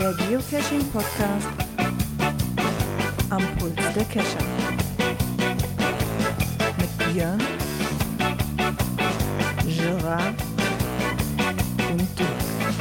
Der Geocaching-Podcast am Puls der Cacher. Mit Björn, Gerard und Dirk.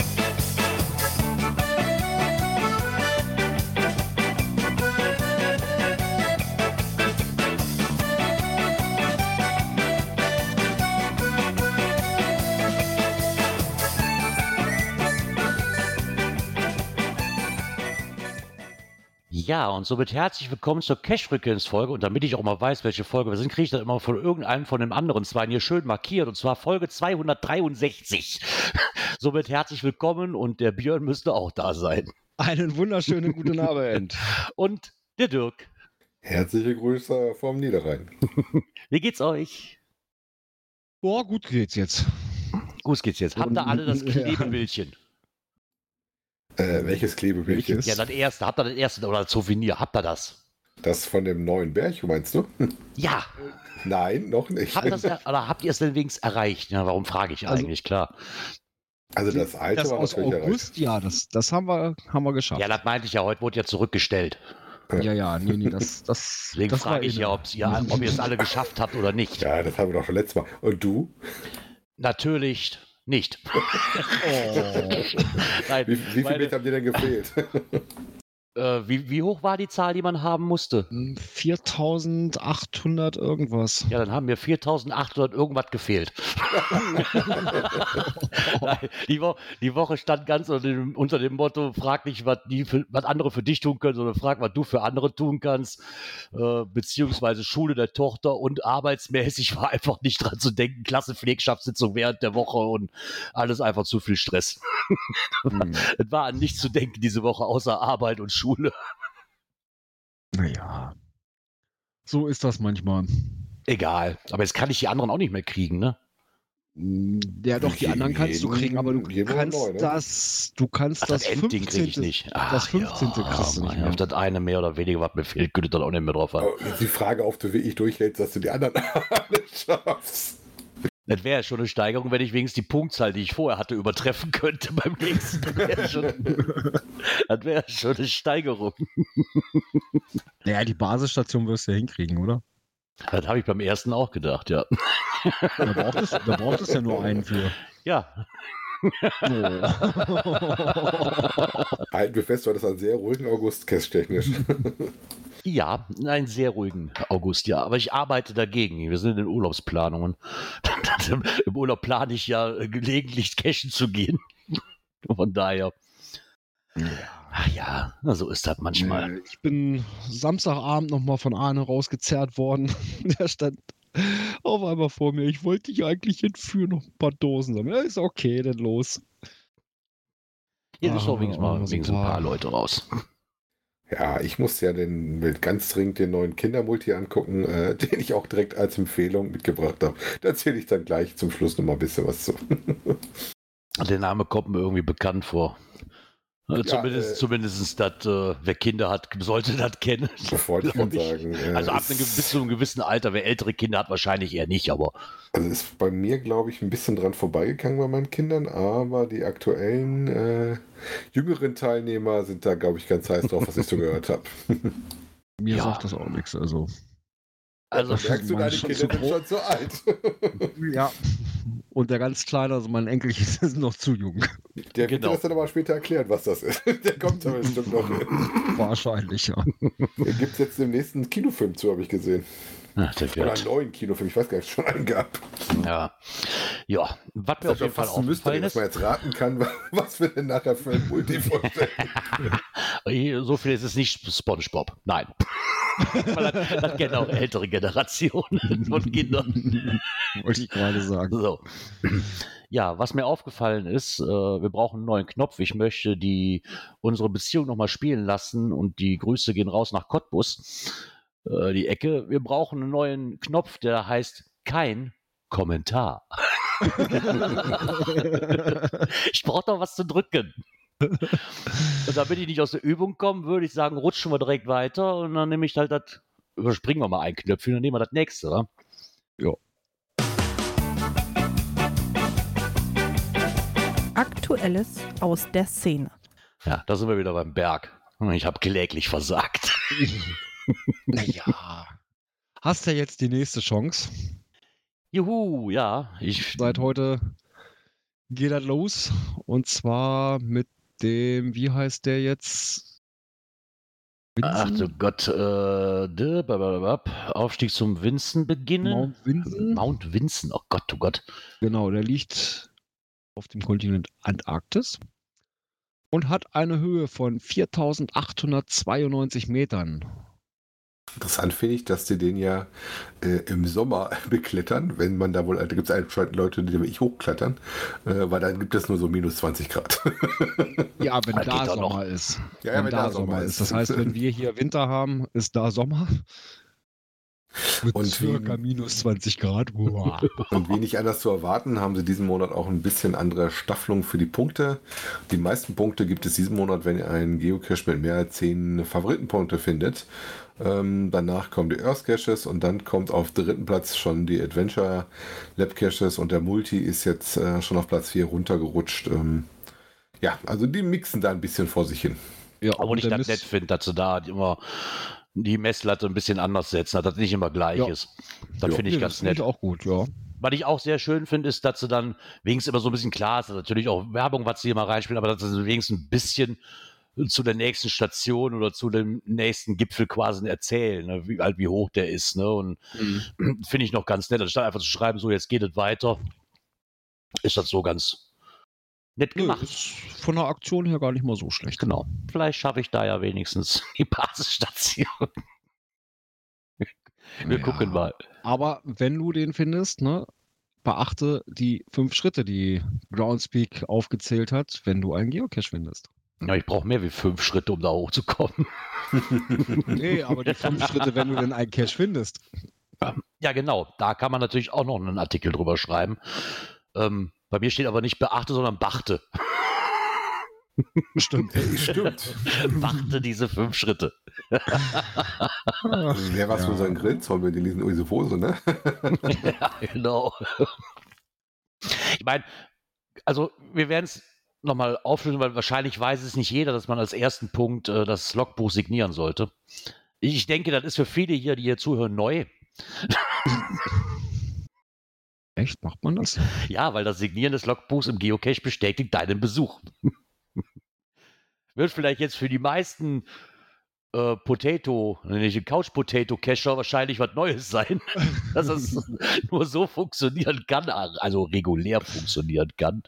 Ja, und somit herzlich willkommen zur Cache-Frequenz-Folge. Und damit ich auch mal weiß, welche Folge wir sind, kriege ich das immer von irgendeinem von den anderen zwei hier schön markiert. Und zwar Folge 263. Somit herzlich willkommen und der Björn müsste auch da sein. Einen wunderschönen guten Abend. Und der Dirk. Herzliche Grüße vom Niederrhein. Wie geht's euch? Boah, gut geht's jetzt. Gut geht's jetzt. Habt ihr alle das Klebebildchen? Welches Klebebildchen? Ja, das erste. Habt ihr das erste oder das Souvenir? Habt ihr das? Das von dem neuen Berg, meinst du? Ja. Nein, noch nicht. Oder habt ihr es denn wenigstens erreicht? Ja, warum frage ich eigentlich? Klar. Also das alte Das war aus natürlich August, erreicht. ja, das haben wir geschafft. Ja, das meinte ich ja. Heute wurde ja zurückgestellt. Nee, das Deswegen das frage war ich ja, ob ihr es alle geschafft habt oder nicht. Ja, das haben wir doch schon letztes Mal. Und du? Natürlich nicht. Nein, Wie viel Meter haben dir denn gefehlt? wie hoch war die Zahl, die man haben musste? 4.800 irgendwas. Ja, dann haben mir 4.800 irgendwas gefehlt. Nein, die Woche stand ganz unter dem Motto, frag nicht, was andere für dich tun können, sondern frag, was du für andere tun kannst. Beziehungsweise Schule der Tochter und arbeitsmäßig war einfach nicht dran zu denken. Klassenpflegschaftssitzung während der Woche und alles einfach zu viel Stress. Es war an nichts zu denken diese Woche, außer Arbeit und Schule. Naja, so ist das manchmal. Egal, aber jetzt kann ich die anderen auch nicht mehr kriegen, ne? Ja, doch, die anderen kannst du kriegen, aber du kannst neu, ne? das Endding kriege ich nicht. Das 15. kriegst du nicht mehr. Auf das eine mehr oder weniger, was mir fehlt, könnte dann auch nicht mehr drauf haben. Aber jetzt die Frage, ob du wirklich durchhältst, dass du die anderen alle schaffst. Das wäre ja schon eine Steigerung, wenn ich wenigstens die Punktzahl, die ich vorher hatte, übertreffen könnte beim nächsten. Das wäre schon eine Steigerung. Naja, die Basisstation wirst du ja hinkriegen, oder? Das habe ich beim ersten auch gedacht, ja. Da braucht es ja nur einen für. Ja. Halten wir fest, du hattest einen sehr ruhigen August, cache-technisch. Ja, einen sehr ruhigen August, ja. Aber ich arbeite dagegen. Wir sind in den Urlaubsplanungen. Im Urlaub plane ich ja gelegentlich cashen zu gehen. Von daher. Ach ja, so ist das manchmal. Ich bin Samstagabend nochmal von Arne rausgezerrt worden. Der stand auf einmal vor mir. Ich wollte dich eigentlich entführen, noch ein paar Dosen sammeln. Ja, ist okay, dann los. Hier ist auch wenigstens ein paar Leute raus. Ja, ich muss ja ganz dringend den neuen Kindermulti angucken, den ich auch direkt als Empfehlung mitgebracht habe. Da erzähle ich dann gleich zum Schluss noch mal ein bisschen was zu. Der Name kommt mir irgendwie bekannt vor. Zumindest wer Kinder hat, sollte das kennen. Wollte ich schon sagen. Also bis zu einem gewissen Alter, wer ältere Kinder hat, wahrscheinlich eher nicht, aber. Also ist bei mir, glaube ich, ein bisschen dran vorbeigegangen bei meinen Kindern, aber die aktuellen jüngeren Teilnehmer sind da, glaube ich, ganz heiß drauf, was ich so gehört habe. Mir sagt das auch nichts, also. Also merkst du, deine Kinder sind schon so alt. Ja. Und der ganz Kleine, also mein Enkelchen, ist noch zu jung. Der wird dir das dann aber später erklären, was das ist. Der kommt aber bestimmt noch hin. Wahrscheinlich, ja. Der gibt es jetzt im nächsten Kinofilm zu, habe ich gesehen. Oder einen neuen Kinofilm, ich weiß gar nicht, schon einen gab. Ja, was mir auf jeden Fall aufgefallen ist. Dass man jetzt raten kann, was wir denn nachher für ein Multi vorstellen. So viel ist es nicht SpongeBob, nein. Das kennen auch ältere Generationen von Kindern. Wollte ich gerade sagen. So. Ja, was mir aufgefallen ist, wir brauchen einen neuen Knopf. Ich möchte unsere Beziehung nochmal spielen lassen und die Grüße gehen raus nach Cottbus, die Ecke. Wir brauchen einen neuen Knopf, der heißt kein Kommentar. Ich brauche doch was zu drücken. Und damit ich nicht aus der Übung komme, würde ich sagen, rutschen wir direkt weiter und dann nehme ich halt überspringen wir mal ein Knöpfchen und nehmen wir das nächste, oder? Ja. Aktuelles aus der Szene. Ja, da sind wir wieder beim Berg. Ich habe kläglich versagt. Naja. Hast ja jetzt die nächste Chance. Juhu, ja. Seit heute geht das los. Und zwar mit dem, wie heißt der jetzt? Ach du Gott, Aufstieg zum Vincent beginnen. Mount Vinson. Mount Vinson, oh Gott, oh Gott. Genau, der liegt auf dem Kontinent Antarktis und hat eine Höhe von 4.892 Metern. Interessant finde ich, dass die den ja im Sommer beklettern, wenn man da wohl, da gibt es anscheinend Leute, die wirklich hochklettern, weil dann gibt es nur so minus 20 Grad. Ja, wenn Das da geht doch Sommer noch. ist. Ja, Wenn da Sommer ist. Das heißt, wenn wir hier Winter haben, ist da Sommer. Mit Und circa minus 20 Grad. Uah. Und wie nicht anders zu erwarten, haben sie diesen Monat auch ein bisschen andere Staffelung für die Punkte. Die meisten Punkte gibt es diesen Monat, wenn ihr einen Geocache mit mehr als 10 Favoritenpunkte findet. Danach kommen die Earth Caches und dann kommt auf dritten Platz schon die Adventure Lab Caches und der Multi ist jetzt schon auf Platz 4 runtergerutscht. Ja, also die mixen da ein bisschen vor sich hin. Ja, Obwohl und ich der das nett finde, dass sie da immer die Messlatte ein bisschen anders setzen, dass das nicht immer gleich Ja. ist. Das finde ich Nee, ganz das finde nett. ich auch gut, ja. Was ich auch sehr schön finde, ist, dass sie dann wenigstens immer so ein bisschen klar ist, natürlich auch Werbung, was sie immer reinspielen, aber dass sie wenigstens ein bisschen zu der nächsten Station oder zu dem nächsten Gipfel quasi erzählen, ne, wie hoch der ist. Ne? Und finde ich noch ganz nett, anstatt einfach zu schreiben, so jetzt geht es weiter, ist das so ganz nett Nö, gemacht. ist von der Aktion her gar nicht mal so schlecht. Genau. Vielleicht schaffe ich da ja wenigstens die Basisstation. Wir Ja. gucken mal. Aber wenn du den findest, ne, beachte die 5 Schritte, die Groundspeak aufgezählt hat, wenn du einen Geocache findest. Ja, ich brauche mehr wie 5 Schritte, um da hochzukommen. Nee, aber die 5 Schritte, wenn du denn einen Cache findest. Ja, genau. Da kann man natürlich auch noch einen Artikel drüber schreiben. Bei mir steht aber nicht beachte, sondern beachte. Stimmt. Stimmt. Beachte diese 5 Schritte. Wer was von seinen Grillzoll mit diesen Uisefose, ne? Ja, genau. Ich meine, also wir werden es nochmal auflösen, weil wahrscheinlich weiß es nicht jeder, dass man als ersten Punkt das Logbuch signieren sollte. Ich denke, das ist für viele hier, die hier zuhören, neu. Echt? Macht man das? Ja, weil das Signieren des Logbuchs im Geocache bestätigt deinen Besuch. Wird vielleicht jetzt für die meisten Couch-Potato-Cacher wahrscheinlich was Neues sein, dass es nur so funktionieren kann, also regulär funktionieren kann.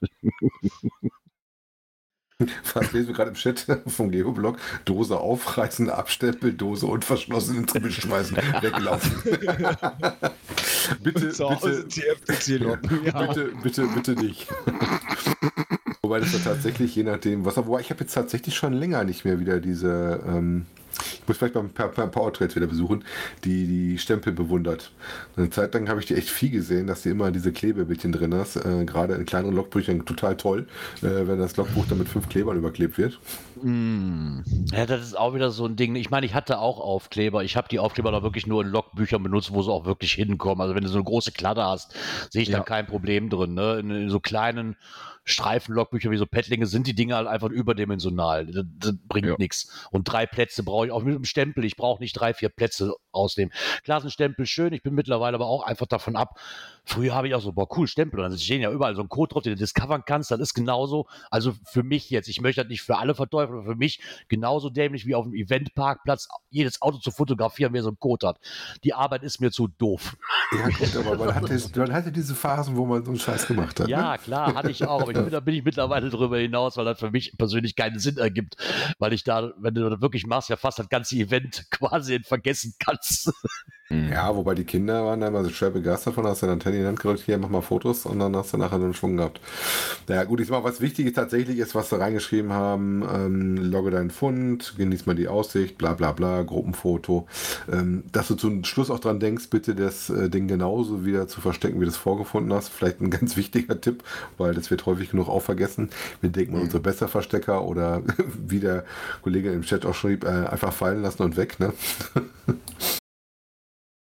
Was lesen wir gerade im Chat vom Geoblog? Dose aufreißen, abstempeln, Dose unverschlossen ins Gebüsch schmeißen, weglaufen. bitte, Zu bitte, Hause TFC locken. Ja. bitte nicht. Wobei das ja tatsächlich, je nachdem, wobei ich habe jetzt tatsächlich schon länger nicht mehr wieder diese, ich muss vielleicht mal ein paar Powertrades wieder besuchen, die Stempel bewundert. Eine Zeit lang habe ich die echt viel gesehen, dass die immer diese Klebebildchen drin hast, gerade in kleineren Logbüchern total toll, wenn das Logbuch dann mit 5 Klebern überklebt wird. Ja, das ist auch wieder so ein Ding. Ich meine, ich hatte auch Aufkleber. Ich habe die Aufkleber da wirklich nur in Logbüchern benutzt, wo sie auch wirklich hinkommen. Also wenn du so eine große Kladde hast, sehe ich da kein Problem drin. Ne? In so kleinen Streifen-Logbücher wie so Paddlinge sind die Dinge halt einfach überdimensional. Das bringt nichts. Und 3 Plätze brauche ich auch mit dem Stempel. Ich brauche nicht 3, 4 Plätze ausnehmen. Klar sind Stempel schön. Ich bin mittlerweile aber auch einfach davon ab. Früher habe ich auch so, cool, Stempel. Und dann stehen ja überall so ein Code drauf, den du discovern kannst. Das ist genauso. Also für mich jetzt, ich möchte das nicht für alle verteufeln, aber für mich genauso dämlich wie auf dem Eventparkplatz jedes Auto zu fotografieren, wer so einen Code hat. Die Arbeit ist mir zu doof. Ja gut, aber man hatte diese Phasen, wo man so einen Scheiß gemacht hat. Ja, ne? klar, hatte ich auch. Aber da bin ich mittlerweile drüber hinaus, weil das für mich persönlich keinen Sinn ergibt. Weil ich da, wenn du das wirklich machst, ja fast das ganze Event quasi vergessen kannst. Ja, wobei die Kinder waren dann mal so schwer begeistert von, hast du dann Handy in die Hand gerückt, hier, mach mal Fotos und dann hast du nachher einen Schwung gehabt. Ja gut, ich sag mal, was wichtig ist tatsächlich ist, was sie reingeschrieben haben, logge deinen Fund, genieß mal die Aussicht, bla bla bla, Gruppenfoto. Dass du zum Schluss auch dran denkst, bitte das Ding genauso wieder zu verstecken, wie du es vorgefunden hast. Vielleicht ein ganz wichtiger Tipp, weil das wird häufig genug auch vergessen. Wir denken mal unsere Besserverstecker oder wie der Kollege im Chat auch schrieb, einfach fallen lassen und weg, ne?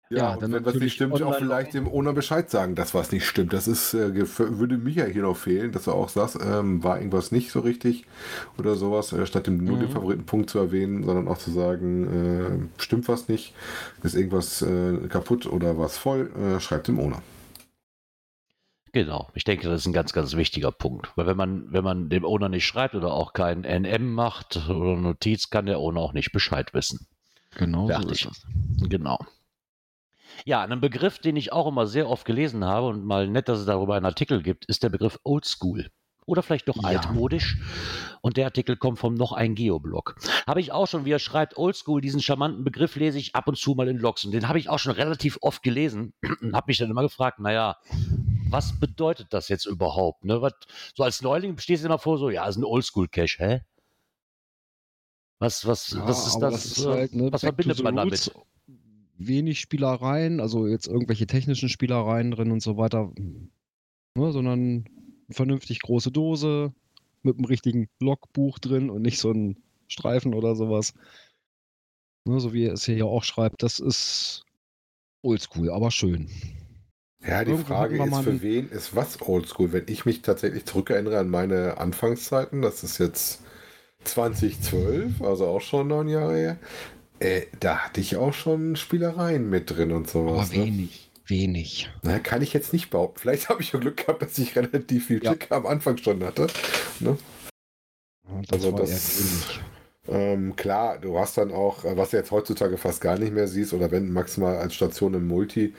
Ja, und dann wenn was nicht natürlich stimmt, auch online vielleicht dem Owner Bescheid sagen, dass was nicht stimmt. Das ist, würde mir ja hier noch fehlen, dass du auch sagst, war irgendwas nicht so richtig oder sowas, statt nur den Favoritenpunkt zu erwähnen, sondern auch zu sagen, stimmt was nicht, ist irgendwas kaputt oder was voll, schreibt dem Owner. Genau, ich denke, das ist ein ganz, ganz wichtiger Punkt. Weil wenn man dem Owner nicht schreibt oder auch kein NM macht oder Notiz, kann der Owner auch nicht Bescheid wissen. Genau Fertig. so ist das. Genau. Ja, ein Begriff, den ich auch immer sehr oft gelesen habe und mal nett, dass es darüber einen Artikel gibt, ist der Begriff Oldschool. Oder vielleicht noch Ja. altmodisch. Und der Artikel kommt vom noch ein Geoblog. Habe ich auch schon, wie er schreibt, Oldschool, diesen charmanten Begriff lese ich ab und zu mal in Logs. Und den habe ich auch schon relativ oft gelesen und habe mich dann immer gefragt, naja, was bedeutet das jetzt überhaupt? Ne? So als Neuling stehst du immer vor, so, ja, ist ein Oldschool-Cache, hä? Was ist Ja, das? aber das ist halt, ne, Was back to verbindet the man roots. damit? Wenig Spielereien, also jetzt irgendwelche technischen Spielereien drin und so weiter, ne, sondern eine vernünftig große Dose mit einem richtigen Logbuch drin und nicht so ein Streifen oder sowas. Ne, so wie er es hier ja auch schreibt, das ist oldschool, aber schön. Ja, die Irgendwo Frage hatten wir ist, mal für einen- wen ist was Oldschool? Wenn ich mich tatsächlich zurückerinnere an meine Anfangszeiten, das ist jetzt 2012, also auch schon 9 Jahre her, da hatte ich auch schon Spielereien mit drin und sowas. Aber wenig. Na, kann ich jetzt nicht behaupten. Vielleicht habe ich ja Glück gehabt, dass ich relativ viel Ja. Glück am Anfang schon hatte. Ne? Ja, das Also war das- eher wenig. Klar, du hast dann auch, was du jetzt heutzutage fast gar nicht mehr siehst, oder wenn maximal als Station im Multi,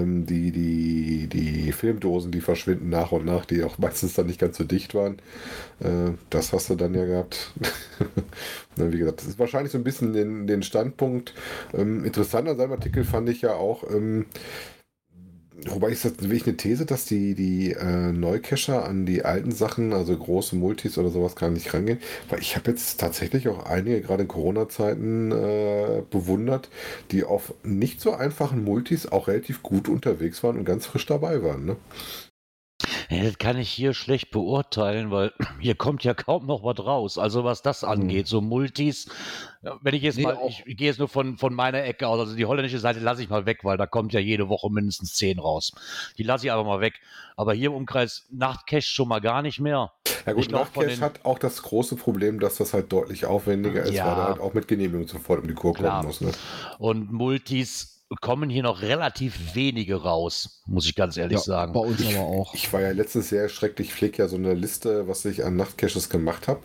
die Filmdosen, die verschwinden nach und nach, die auch meistens dann nicht ganz so dicht waren. Das hast du dann ja gehabt. Na, wie gesagt, das ist wahrscheinlich so ein bisschen den Standpunkt. Interessant an seinem Artikel fand ich ja auch, wobei ist das wirklich eine These, dass die Neucacher an die alten Sachen, also große Multis oder sowas, gar nicht rangehen. Weil ich habe jetzt tatsächlich auch einige, gerade in Corona-Zeiten, bewundert, die auf nicht so einfachen Multis auch relativ gut unterwegs waren und ganz frisch dabei waren. Ne? Ja, das kann ich hier schlecht beurteilen, weil hier kommt ja kaum noch was raus. Also was das angeht, so Multis, wenn ich jetzt Nee, mal, auch. ich gehe jetzt nur von meiner Ecke aus, also die holländische Seite lasse ich mal weg, weil da kommt ja jede Woche mindestens 10 raus. Die lasse ich einfach mal weg. Aber hier im Umkreis Nachtcache schon mal gar nicht mehr. Ja gut, Ich glaub, von Nachtcache den- hat auch das große Problem, dass das halt deutlich aufwendiger ist, Ja. weil er halt auch mit Genehmigung sofort um die Kur Klar. kommen muss. Ne? Und Multis kommen hier noch relativ wenige raus, muss ich ganz ehrlich Ja, sagen. bei uns aber auch. Ich war ja letztens sehr schrecklich, ich pflege ja so eine Liste, was ich an Nachtcaches gemacht habe.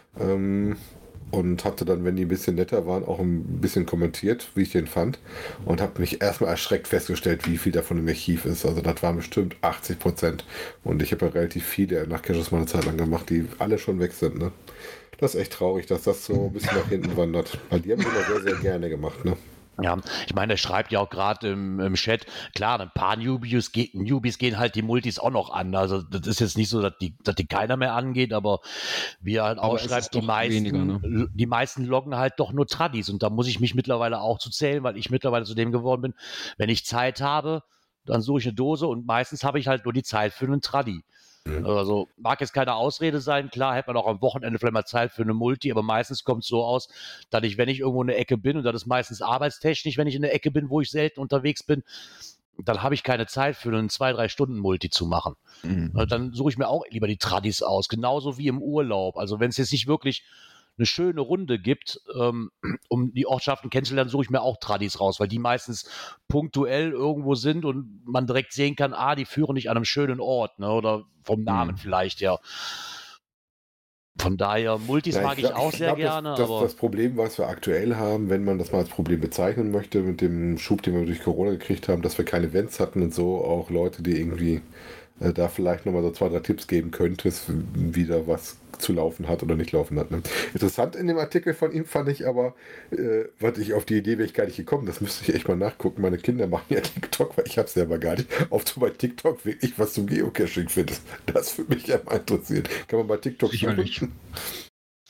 Und hatte dann, wenn die ein bisschen netter waren, auch ein bisschen kommentiert, wie ich den fand. Und habe mich erstmal erschreckt festgestellt, wie viel davon im Archiv ist. Also das waren bestimmt 80%. Und ich habe ja relativ viele Nachtcaches mal eine Zeit lang gemacht, die alle schon weg sind. Ne? Das ist echt traurig, dass das so ein bisschen nach hinten wandert. Weil die haben wir immer sehr, sehr gerne gemacht. Ne? Ja, ich meine, er schreibt ja auch gerade im Chat, klar, ein paar Newbies gehen halt die Multis auch noch an. Also das ist jetzt nicht so, dass die keiner mehr angeht, aber wie er halt Aber auch es ist schreibt, doch weniger, ne? die meisten loggen halt doch nur Tradis. Und da muss ich mich mittlerweile auch zu zählen, weil ich mittlerweile zu dem geworden bin, wenn ich Zeit habe, dann suche ich eine Dose und meistens habe ich halt nur die Zeit für einen Tradi. Also mag jetzt keine Ausrede sein, klar, hätte man auch am Wochenende vielleicht mal Zeit für eine Multi, aber meistens kommt es so aus, dass ich, wenn ich irgendwo in der Ecke bin, und das ist meistens arbeitstechnisch, wenn ich in der Ecke bin, wo ich selten unterwegs bin, dann habe ich keine Zeit für einen 2-3 Stunden Multi zu machen. Dann suche ich mir auch lieber die Tradis aus, genauso wie im Urlaub. Also wenn es jetzt nicht wirklich eine schöne Runde gibt, um die Ortschaften kennenzulernen, suche ich mir auch Tradis raus, weil die meistens punktuell irgendwo sind und man direkt sehen kann, die führen nicht an einem schönen Ort, ne? Oder vom Namen vielleicht, ja. Von daher, Multis mag ich auch sehr gerne. Das Problem, was wir aktuell haben, wenn man das mal als Problem bezeichnen möchte, mit dem Schub, den wir durch Corona gekriegt haben, dass wir keine Events hatten und so, auch Leute, die irgendwie da vielleicht nochmal so 2-3 Tipps geben könntest, wie da was zu laufen hat oder nicht laufen hat. Ne? Interessant in dem Artikel von ihm fand ich aber, was ich auf die Idee wäre ich gar nicht gekommen, das müsste ich echt mal nachgucken. Meine Kinder machen ja TikTok, weil ich habe es selber gar nicht. Ob du bei TikTok wirklich was zum Geocaching findest, das würde mich ja mal interessieren. Kann man bei TikTok Sicherlich. suchen?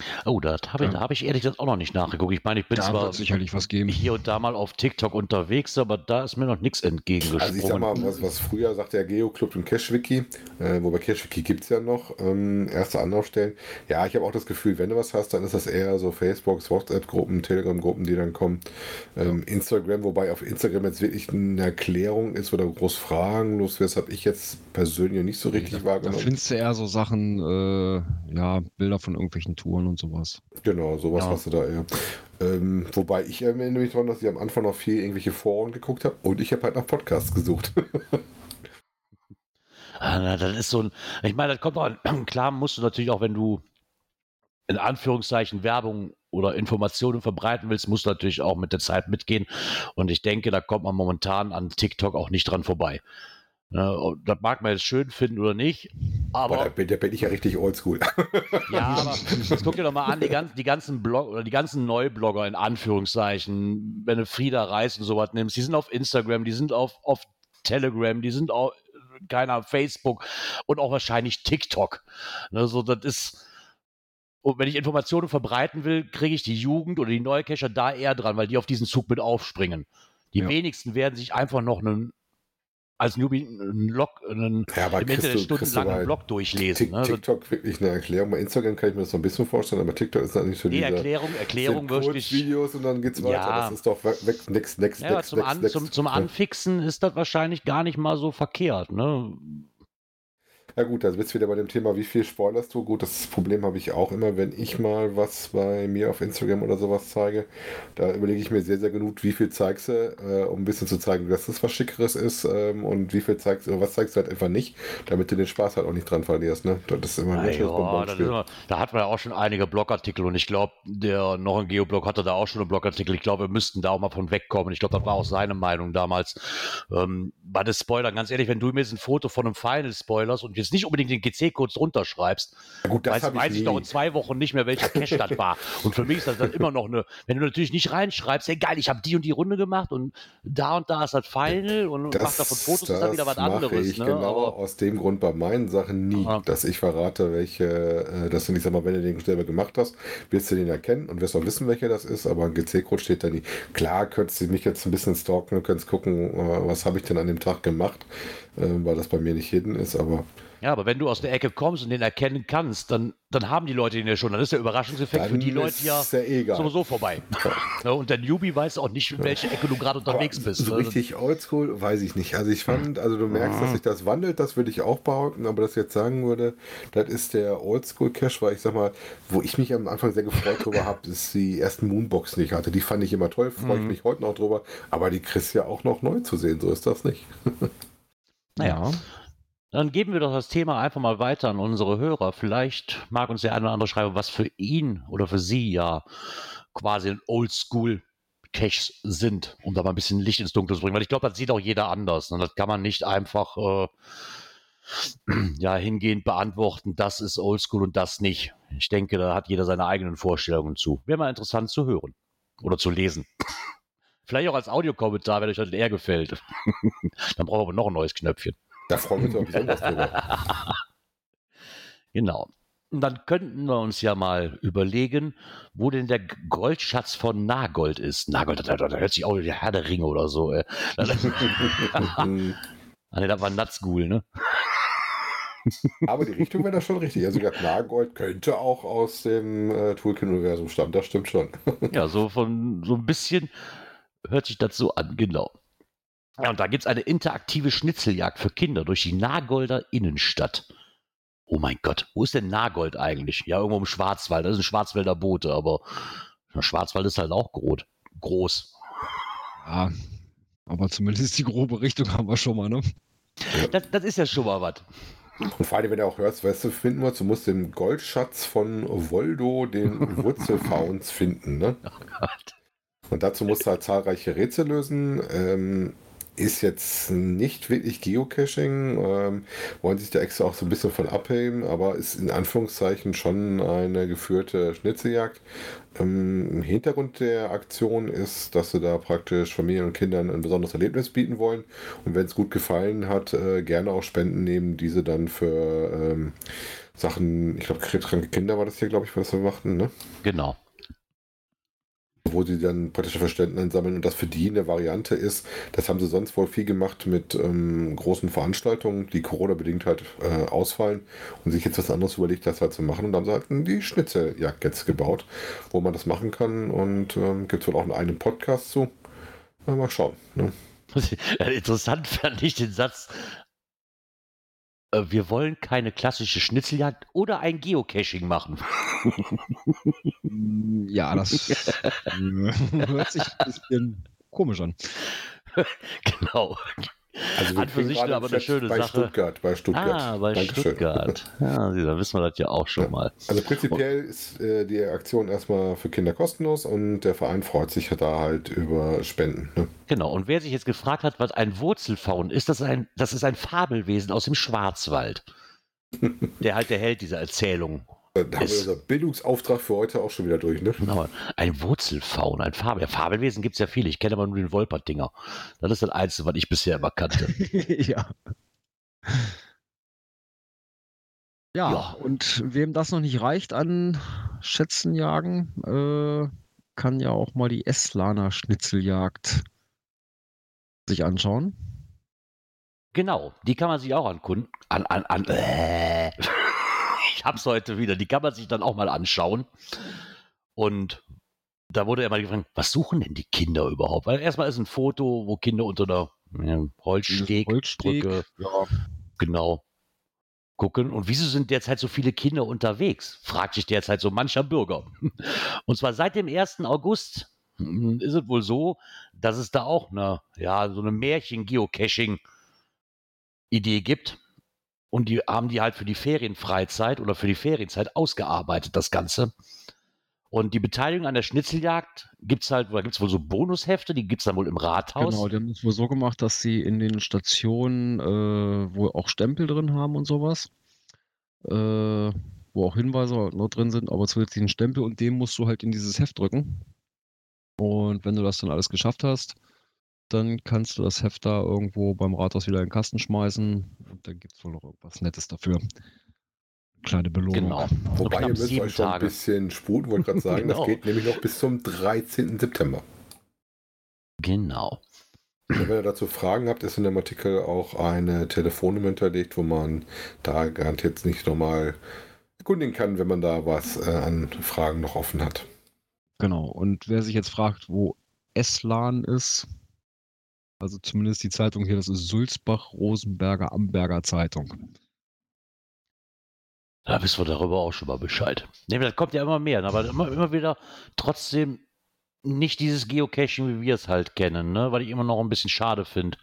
Oh, da hab ich ehrlich gesagt auch noch nicht nachgeguckt. Ich meine, ich bin Da zwar wird sicherlich was geben. hier und da mal auf TikTok unterwegs, aber da ist mir noch nichts entgegengesprungen. Also ich sag mal, was früher sagt der Geoclub und CacheWiki, wobei CacheWiki gibt es ja noch, erste Anlaufstellen. Ja, ich habe auch das Gefühl, wenn du was hast, dann ist das eher so Facebook, WhatsApp-Gruppen, Telegram-Gruppen, die dann kommen. Instagram, wobei auf Instagram jetzt wirklich eine Erklärung ist oder groß Fragen loswirst, habe ich jetzt persönlich nicht so richtig Da wahrgenommen. findest du eher so Sachen, ja, Bilder von irgendwelchen Touren und sowas. Genau, sowas Ja. hast du da eher. Wobei ich erinnere mich daran, dass ich am Anfang noch viel irgendwelche Foren geguckt habe und ich habe halt nach Podcasts gesucht. Das ist so ein, ich meine, das kommt auch, klar musst du natürlich auch, wenn du in Anführungszeichen Werbung oder Informationen verbreiten willst, musst du natürlich auch mit der Zeit mitgehen. Und ich denke, da kommt man momentan an TikTok auch nicht dran vorbei. Und das mag man jetzt schön finden oder nicht, Aber aber da bin ich ja richtig oldschool. ja, aber jetzt guck dir doch mal an, die ganzen Blog oder die ganzen Neublogger in Anführungszeichen, wenn du Frieda Reis und sowas nimmst, die sind auf Instagram, die sind auf Telegram, die sind auf keiner Facebook und auch wahrscheinlich TikTok. Ne, so, das ist, und wenn ich Informationen verbreiten will, kriege ich die Jugend oder die Neucacher da eher dran, weil die auf diesen Zug mit aufspringen. Die Ja. wenigsten werden sich einfach noch als Newbie einen Ja, aber im Internet kriegst du stundenlangen bei Blog durchlesen. Ne? TikTok wirklich eine Erklärung. Bei Instagram kann ich mir das so ein bisschen vorstellen, aber TikTok ist dann nicht so Die diese Erklärung wirklich. Videos und dann geht's weiter. Ja. Das ist doch next. Ja, zum Anfixen ist das wahrscheinlich gar nicht mal so verkehrt. Ne? Ja gut, da bist du wieder bei dem Thema, wie viel spoilerst du? Gut, das Problem habe ich auch immer, wenn ich mal was bei mir auf Instagram oder sowas zeige. Da überlege ich mir sehr, sehr genug, wie viel zeigst du, um ein bisschen zu zeigen, dass das was Schickeres ist, und wie viel zeigst du, was zeigst du halt einfach nicht, damit du den Spaß halt auch nicht dran verlierst. Ne? Das ist immer ein Ja, schönes das Bonbonspiel. ist immer, da hat man ja auch schon einige Blogartikel und ich glaube, der noch ein Geoblog hatte da auch schon einen Blogartikel. Ich glaube, wir müssten da auch mal von wegkommen. Ich glaube, das war auch seine Meinung damals. Bei den Spoilern, ganz ehrlich, wenn du mir jetzt ein Foto von einem Final spoilerst und jetzt nicht unbedingt den GC-Codes runterschreibst, Ja, gut, das habe weiß ich nie. noch in 2 Wochen nicht mehr, welcher Cache das war. Und für mich ist das dann immer noch eine, wenn du natürlich nicht reinschreibst, hey geil, ich habe die und die Runde gemacht und da ist das Final und mach davon Fotos, ist dann wieder was mache anderes. ich Ne? genau Aber, aus dem Grund bei meinen Sachen nie, Aha. dass ich verrate, welche, dass du nicht, sag mal, wenn du den selber gemacht hast, wirst du den erkennen und wirst auch wissen, welcher das ist, aber ein GC-Code steht da nie. Klar, könntest du mich jetzt ein bisschen stalken und könntest gucken, was habe ich denn an dem Tag gemacht, weil das bei mir nicht hidden ist, aber ja, aber wenn du aus der Ecke kommst und den erkennen kannst, dann haben die Leute den ja schon. Dann ist der Überraschungseffekt für die dann Leute ist ja ja egal. sowieso vorbei. Ne, und der Newbie weiß auch nicht, in welche Ecke du gerade unterwegs Aber bist. so Ne? richtig oldschool, weiß ich nicht. Also ich fand, also du merkst, dass sich das wandelt, das würde ich auch behaupten, aber dass ich jetzt sagen würde, das ist der Oldschool-Cache, weil ich sag mal, wo ich mich am Anfang sehr gefreut drüber habe, ist die ersten Moonboxen, die ich hatte. Die fand ich immer toll, freue ich mich heute noch drüber, aber die kriegst du ja auch noch neu zu sehen, so ist das nicht. Naja, dann geben wir doch das Thema einfach mal weiter an unsere Hörer. Vielleicht mag uns der eine oder andere schreiben, was für ihn oder für sie ja quasi ein Oldschool-Caches sind, um da mal ein bisschen Licht ins Dunkel zu bringen. Weil ich glaube, das sieht auch jeder anders. Ne? Das kann man nicht einfach ja, hingehend beantworten, das ist Oldschool und das nicht. Ich denke, da hat jeder seine eigenen Vorstellungen zu. Wäre mal interessant zu hören oder zu lesen. Vielleicht auch als Audiokommentar, wenn euch das eher gefällt. Dann brauchen wir aber noch ein neues Knöpfchen. Da freuen wir uns auch besonders drüber. Genau. Und dann könnten wir uns ja mal überlegen, wo denn der Goldschatz von Nagold ist. Nagold, da hört sich auch wie der Herr der Ringe oder so. Ah ne, das war Nazgul, ne? Aber die Richtung wäre da schon richtig. Also Nagold könnte auch aus dem Toolkit-Universum stammen, das stimmt schon. Ja, so ein bisschen hört sich das so an, genau. Ja, und da gibt es eine interaktive Schnitzeljagd für Kinder durch die Nagolder Innenstadt. Oh mein Gott, wo ist denn Nagold eigentlich? Ja, irgendwo im Schwarzwald. Das ist ein Schwarzwälder Bote, aber der Schwarzwald ist halt auch groß. Ja, aber zumindest die grobe Richtung haben wir schon mal, ne? Das ist ja schon mal was. Und vor allem, wenn du auch hörst, weißt du, finden wir, du musst den Goldschatz von Voldo, den Wurzelfauns, finden, ne? Oh Gott. Und dazu musst du halt zahlreiche Rätsel lösen. ist jetzt nicht wirklich Geocaching, wollen sich da extra auch so ein bisschen von abheben, aber ist in Anführungszeichen schon eine geführte Schnitzeljagd. Im Hintergrund der Aktion ist, dass sie da praktisch Familien und Kindern ein besonderes Erlebnis bieten wollen und wenn es gut gefallen hat, gerne auch Spenden nehmen, diese dann für Sachen, ich glaube, krebskranke Kinder war das hier, glaube ich, was wir machten, ne? Genau. Wo sie dann praktisch Verständnis sammeln und das für die eine Variante ist. Das haben sie sonst wohl viel gemacht mit großen Veranstaltungen, die Corona-bedingt halt ausfallen und sich jetzt was anderes überlegt, das halt zu machen. Und dann haben sie halt die Schnitzeljagd jetzt gebaut, wo man das machen kann und gibt es wohl auch einen eigenen Podcast zu. Mal schauen. Ne? Interessant fand ich den Satz, wir wollen keine klassische Schnitzeljagd oder ein Geocaching machen. Ja, das hört sich ein bisschen komisch an. Genau. Also wir An für kriegen sich gerade aber einen eine Chat schöne bei Sache. Stuttgart, bei Stuttgart. Bei Dankeschön. Stuttgart. Ja, da wissen wir das ja auch schon mal. Also prinzipiell ist die Aktion erstmal für Kinder kostenlos und der Verein freut sich da halt über Spenden. Ne? Genau, und wer sich jetzt gefragt hat, was ein Wurzelfaun ist, das ist ein Fabelwesen aus dem Schwarzwald. Der halt der Held dieser Erzählung. Da haben wir unser Bildungsauftrag für heute auch schon wieder durch. Ne? Genau, ein Wurzelfaun, ein Fabelwesen gibt es ja viele. Ich kenne aber nur den Wolpertinger. Das ist das Einzige, was ich bisher immer kannte. Ja. Ja, Ja. und wem das noch nicht reicht an Schätzenjagen, kann ja auch mal die Eslaner Schnitzeljagd sich anschauen. Genau, die kann man sich auch angucken. Ich hab's heute wieder. Die kann man sich dann auch mal anschauen. Und da wurde ja mal gefragt, was suchen denn die Kinder überhaupt? Weil erstmal ist ein Foto, wo Kinder unter einer Holzsteg-Brücke Ja. genau gucken. Und wieso sind derzeit so viele Kinder unterwegs? Fragt sich derzeit so mancher Bürger. Und zwar seit dem 1. August ist es wohl so, dass es da auch so eine Märchen-Geocaching-Idee gibt. Und die haben die halt für die Ferienfreizeit oder für die Ferienzeit ausgearbeitet, das Ganze. Und die Beteiligung an der Schnitzeljagd gibt es wohl so Bonushefte, die gibt es dann wohl im Rathaus. Genau, die haben es wohl so gemacht, dass sie in den Stationen wohl auch Stempel drin haben und sowas. Wo auch Hinweise noch drin sind, aber zusätzlich einen Stempel und den musst du halt in dieses Heft drücken. Und wenn du das dann alles geschafft hast, dann kannst du das Heft da irgendwo beim Rathaus wieder in den Kasten schmeißen und dann gibt es wohl noch irgendwas Nettes dafür. Kleine Belohnung. Genau. Wobei knapp ihr müsst 7 euch schon ein Tage. bisschen sputen, wollte gerade sagen, Genau. das geht nämlich noch bis zum 13. September. Genau. Und wenn ihr dazu Fragen habt, ist in dem Artikel auch eine Telefonnummer hinterlegt, wo man da garantiert nicht nochmal erkundigen kann, wenn man da was an Fragen noch offen hat. Genau. Und wer sich jetzt fragt, wo Eslan ist, also zumindest die Zeitung hier, das ist Sulzbach-Rosenberger Amberger Zeitung. Da wissen wir darüber auch schon mal Bescheid. Nee, das kommt ja immer mehr, aber immer wieder trotzdem nicht dieses Geocaching, wie wir es halt kennen, ne? Weil ich immer noch ein bisschen schade finde.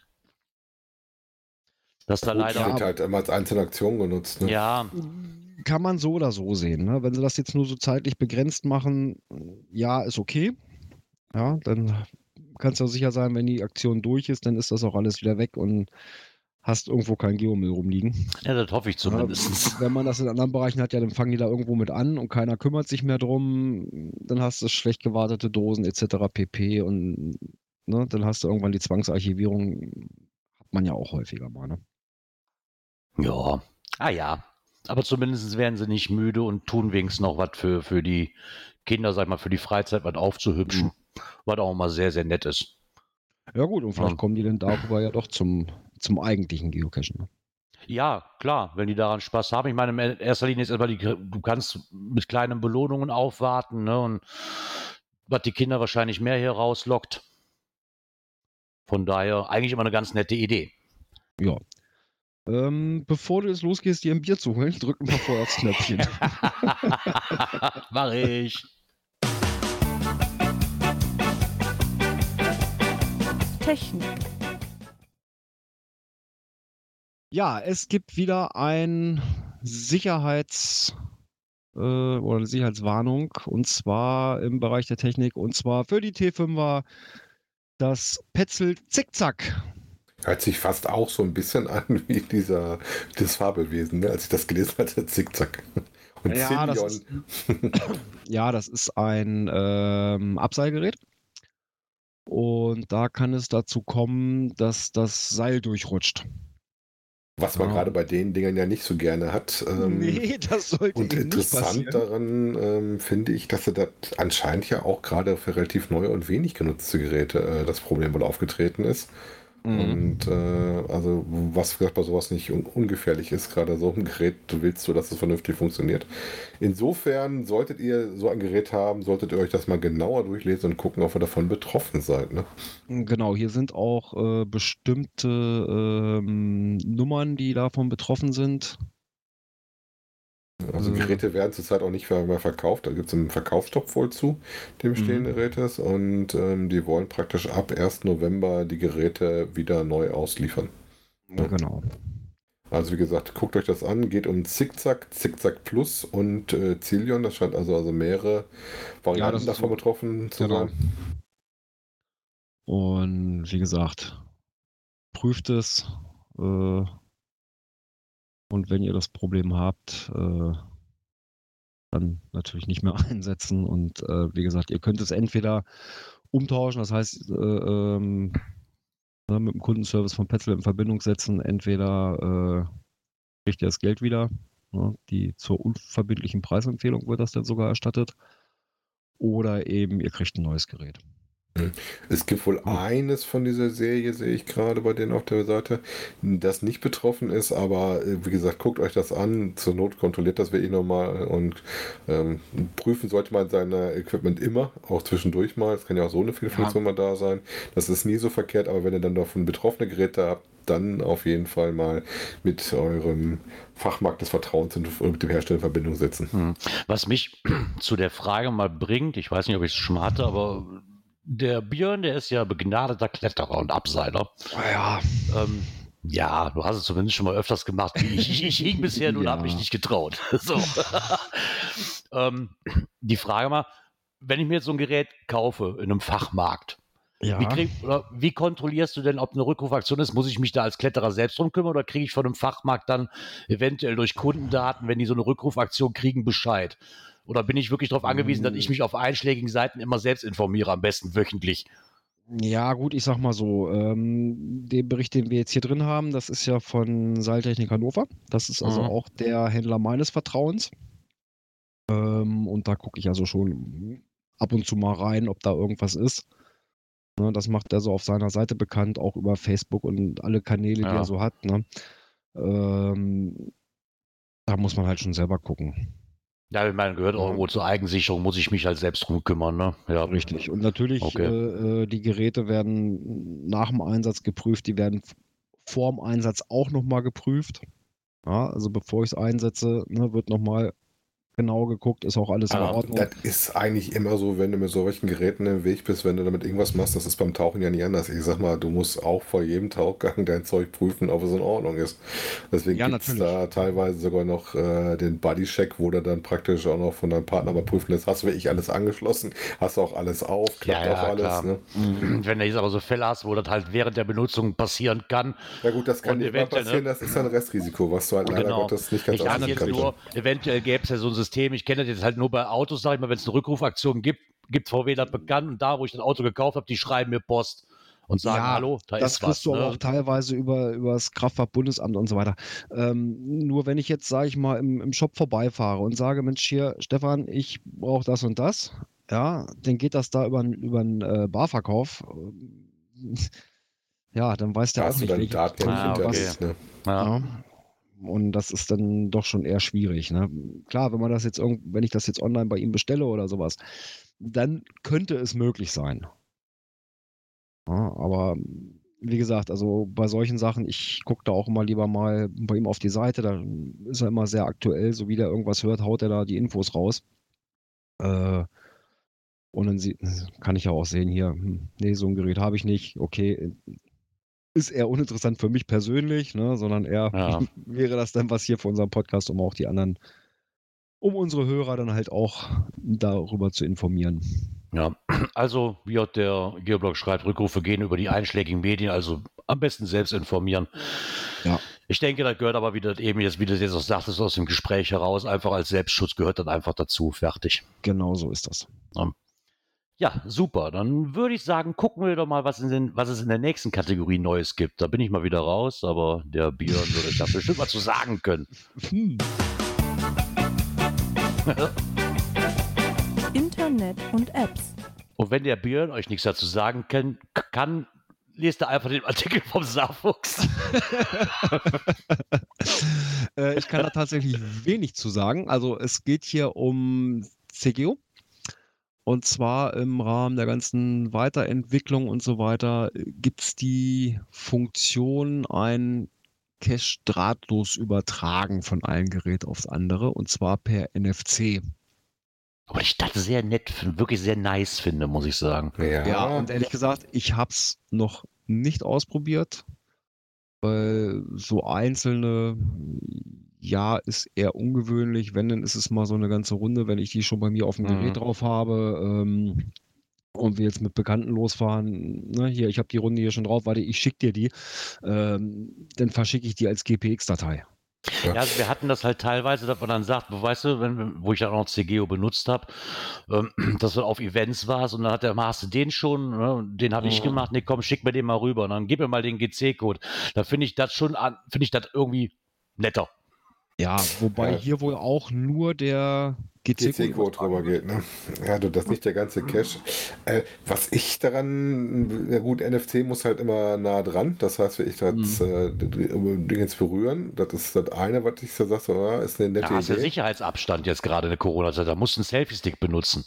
Dass da Gut, leider. wird halt immer als einzelne Aktion genutzt. Ne? Ja, Kann man so oder so sehen. Ne? Wenn sie das jetzt nur so zeitlich begrenzt machen, ja, ist okay. Ja, dann kannst du auch sicher sein, wenn die Aktion durch ist, dann ist das auch alles wieder weg und hast irgendwo kein Geomüll rumliegen. ja, das hoffe ich zumindest. Ja, wenn man das in anderen Bereichen hat, ja, dann fangen die da irgendwo mit an und keiner kümmert sich mehr drum. Dann hast du schlecht gewartete Dosen etc. pp. Und ne, dann hast du irgendwann die Zwangsarchivierung. Hat man ja auch häufiger mal. Ne? Ja. Ja. Aber zumindest werden sie nicht müde und tun wenigstens noch was für die Kinder, sag ich mal, für die Freizeit was aufzuhübschen. Was auch mal sehr, sehr nett ist. Ja gut, und vielleicht Ja. kommen die dann darüber ja doch zum eigentlichen Geocachen. Ne? Ja, klar, wenn die daran Spaß haben. Ich meine, in erster Linie ist erstmal, du kannst mit kleinen Belohnungen aufwarten, ne? Und was die Kinder wahrscheinlich mehr hier rauslockt. Von daher eigentlich immer eine ganz nette Idee. Ja. Bevor du jetzt losgehst, dir ein Bier zu holen, drück mal vorher aufs Knöpfchen. Mach ich. Technik. Ja, es gibt wieder ein oder eine Sicherheitswarnung und zwar im Bereich der Technik und zwar für die T5er das Petzl Zickzack. Hört sich fast auch so ein bisschen an wie das Fabelwesen, ne? Als ich das gelesen hatte, Zickzack. Und Ja, Zillion. das ist ein Abseilgerät. Und da kann es dazu kommen, dass das Seil durchrutscht. Was man Ja. gerade bei den Dingern ja nicht so gerne hat. Nee, das sollte Und eben nicht interessant passieren. daran finde ich, dass das anscheinend ja auch gerade für relativ neue und wenig genutzte Geräte das Problem wohl aufgetreten ist. Und also was gesagt bei sowas nicht ungefährlich ist, gerade so ein Gerät, du willst so, dass es vernünftig funktioniert. Insofern solltet ihr so ein Gerät haben, solltet ihr euch das mal genauer durchlesen und gucken, ob ihr davon betroffen seid. Ne? Genau, hier sind auch bestimmte Nummern, die davon betroffen sind. Also Geräte werden zurzeit auch nicht mehr verkauft. Da gibt es einen Verkaufsstopp wohl zu dem bestehenden Gerätes und die wollen praktisch ab 1. November die Geräte wieder neu ausliefern. Genau. Also wie gesagt, guckt euch das an, geht um Zickzack, Zickzack Plus und Zillion. Das scheint also mehrere Varianten das ist davon so. betroffen zu Genau. sein. Und wie gesagt, prüft es. Und wenn ihr das Problem habt, dann natürlich nicht mehr einsetzen. Und wie gesagt, ihr könnt es entweder umtauschen, das heißt, mit dem Kundenservice von Petzl in Verbindung setzen. Entweder kriegt ihr das Geld wieder, die zur unverbindlichen Preisempfehlung wird das dann sogar erstattet. Oder eben ihr kriegt ein neues Gerät. Es gibt wohl eines von dieser Serie, sehe ich gerade bei denen auf der Seite, das nicht betroffen ist, aber wie gesagt, guckt euch das an. Zur Not kontrolliert das wirklich nochmal und prüfen sollte man sein Equipment immer, auch zwischendurch mal. Es kann ja auch so eine Fehlfunktion mal da sein. Das ist nie so verkehrt, aber wenn ihr dann davon betroffene Geräte habt, dann auf jeden Fall mal mit eurem Fachmarkt des Vertrauens und mit dem Hersteller in Verbindung setzen. Was mich zu der Frage mal bringt, ich weiß nicht, ob ich es schon hatte, aber der Björn, der ist ja begnadeter Kletterer und Abseiler. Ja. Ja, du hast es zumindest schon mal öfters gemacht wie ich. Ich hing bisher und habe mich nicht getraut. So. Die Frage mal, wenn ich mir jetzt so ein Gerät kaufe in einem Fachmarkt, Ja. wie kontrollierst du denn, ob eine Rückrufaktion ist? Muss ich mich da als Kletterer selbst drum kümmern oder kriege ich von einem Fachmarkt dann eventuell durch Kundendaten, wenn die so eine Rückrufaktion kriegen, Bescheid? Oder bin ich wirklich darauf angewiesen, dass ich mich auf einschlägigen Seiten immer selbst informiere, am besten wöchentlich? Ja, gut, ich sag mal so, den Bericht, den wir jetzt hier drin haben, das ist ja von Seiltechnik Hannover. Das ist also auch der Händler meines Vertrauens. Und da gucke ich also schon ab und zu mal rein, ob da irgendwas ist. Ne, das macht er so auf seiner Seite bekannt, auch über Facebook und alle Kanäle, die er so hat. Ne? Da muss man halt schon selber gucken. Ja, ich meine, gehört auch zur Eigensicherung, muss ich mich halt selbst drum kümmern. Ne? Ja. Richtig. Und natürlich, die Geräte werden nach dem Einsatz geprüft, die werden vor dem Einsatz auch nochmal geprüft. Ja, also bevor ich es einsetze, wird nochmal genau geguckt, ist auch alles in Ordnung. Das ist eigentlich immer so, wenn du mit solchen Geräten im Weg bist, wenn du damit irgendwas machst, das ist beim Tauchen ja nicht anders. Ich sag mal, du musst auch vor jedem Tauchgang dein Zeug prüfen, ob es in Ordnung ist. Deswegen gibt es da teilweise sogar noch den Bodycheck, wo du dann praktisch auch noch von deinem Partner mal prüfen lässt, hast du wirklich alles angeschlossen, hast du auch alles auf, klappt auch alles. Ne? Wenn du jetzt aber so Fälle hast, wo das halt während der Benutzung passieren kann. Ja gut, das kann nicht mal passieren, das ist ein Restrisiko, was du halt leider Gottes nicht ganz ausschließen kannst. Nur, eventuell gäbe es ja so ein System, ich kenne das jetzt halt nur bei Autos, sag ich mal, wenn es eine Rückrufaktion gibt VW das bekannt und da, wo ich das Auto gekauft habe, die schreiben mir Post und sagen, hallo, da ist was. Das kriegst du aber auch teilweise über das Kraftfahrtbundesamt und so weiter. Nur wenn ich jetzt, sage ich mal, im Shop vorbeifahre und sage, Mensch, hier, Stefan, ich brauche das und das, ja, dann geht das da über einen Barverkauf. Ja, dann weiß der auch nicht, welche was. Ne? Ja. Und das ist dann doch schon eher schwierig. Ne? Klar, wenn ich das jetzt online bei ihm bestelle oder sowas, dann könnte es möglich sein. Ja, aber wie gesagt, also bei solchen Sachen, ich gucke da auch immer lieber mal bei ihm auf die Seite, da ist er immer sehr aktuell, so wie der irgendwas hört, haut er da die Infos raus. Und dann kann ich ja auch sehen hier, nee, so ein Gerät habe ich nicht, okay, ist eher uninteressant für mich persönlich, ne, sondern eher wäre das dann was hier für unseren Podcast, um auch die anderen, um unsere Hörer dann halt auch darüber zu informieren. Ja, also wie auch der Geoblog schreibt, Rückrufe gehen über die einschlägigen Medien, also am besten selbst informieren. Ja. Ich denke, das gehört aber wieder eben jetzt, wie du jetzt auch sagtest, aus dem Gespräch heraus, einfach als Selbstschutz gehört dann einfach dazu. Fertig. Genau so ist das. Ja, super. Dann würde ich sagen, gucken wir doch mal, was es in der nächsten Kategorie Neues gibt. Da bin ich mal wieder raus, aber der Björn würde da bestimmt was zu sagen können. Internet und Apps. Und wenn der Björn euch nichts dazu sagen kann, lest er einfach den Artikel vom Saarfuchs. Ich kann da tatsächlich wenig zu sagen. Also es geht hier um CGO. Und zwar im Rahmen der ganzen Weiterentwicklung und so weiter gibt es die Funktion, ein Cache drahtlos übertragen von einem Gerät aufs andere, und zwar per NFC. Aber ich das sehr nett, wirklich sehr nice finde, muss ich sagen. Ja, und ehrlich gesagt, ich habe es noch nicht ausprobiert, weil so einzelne, ja, ist eher ungewöhnlich. Wenn, dann ist es mal so eine ganze Runde, wenn ich die schon bei mir auf dem Gerät drauf habe und wir jetzt mit Bekannten losfahren. Ne, hier, ich habe die Runde hier schon drauf, warte, ich schicke dir die. Dann verschicke ich die als GPX-Datei. Ja, also wir hatten das halt teilweise, dass man dann sagt, weißt du, wo ich dann auch CGO benutzt habe, dass du auf Events warst und dann hast du den schon, ne, den habe ich gemacht, nee, komm, schick mir den mal rüber und dann gib mir mal den GC-Code. Da finde ich das irgendwie netter. Ja, wobei hier wohl auch nur der GC-Code drüber geht, ne? Ja, das ist nicht der ganze Cache. Was ich daran, ja gut, NFC muss halt immer nah dran. Das heißt, wenn ich das Ding jetzt berühren, das ist das eine, was ich so sage, so, ist eine nette Da hast du Idee. Sicherheitsabstand jetzt gerade in der Corona-Zeit, da musst du einen Selfie-Stick benutzen.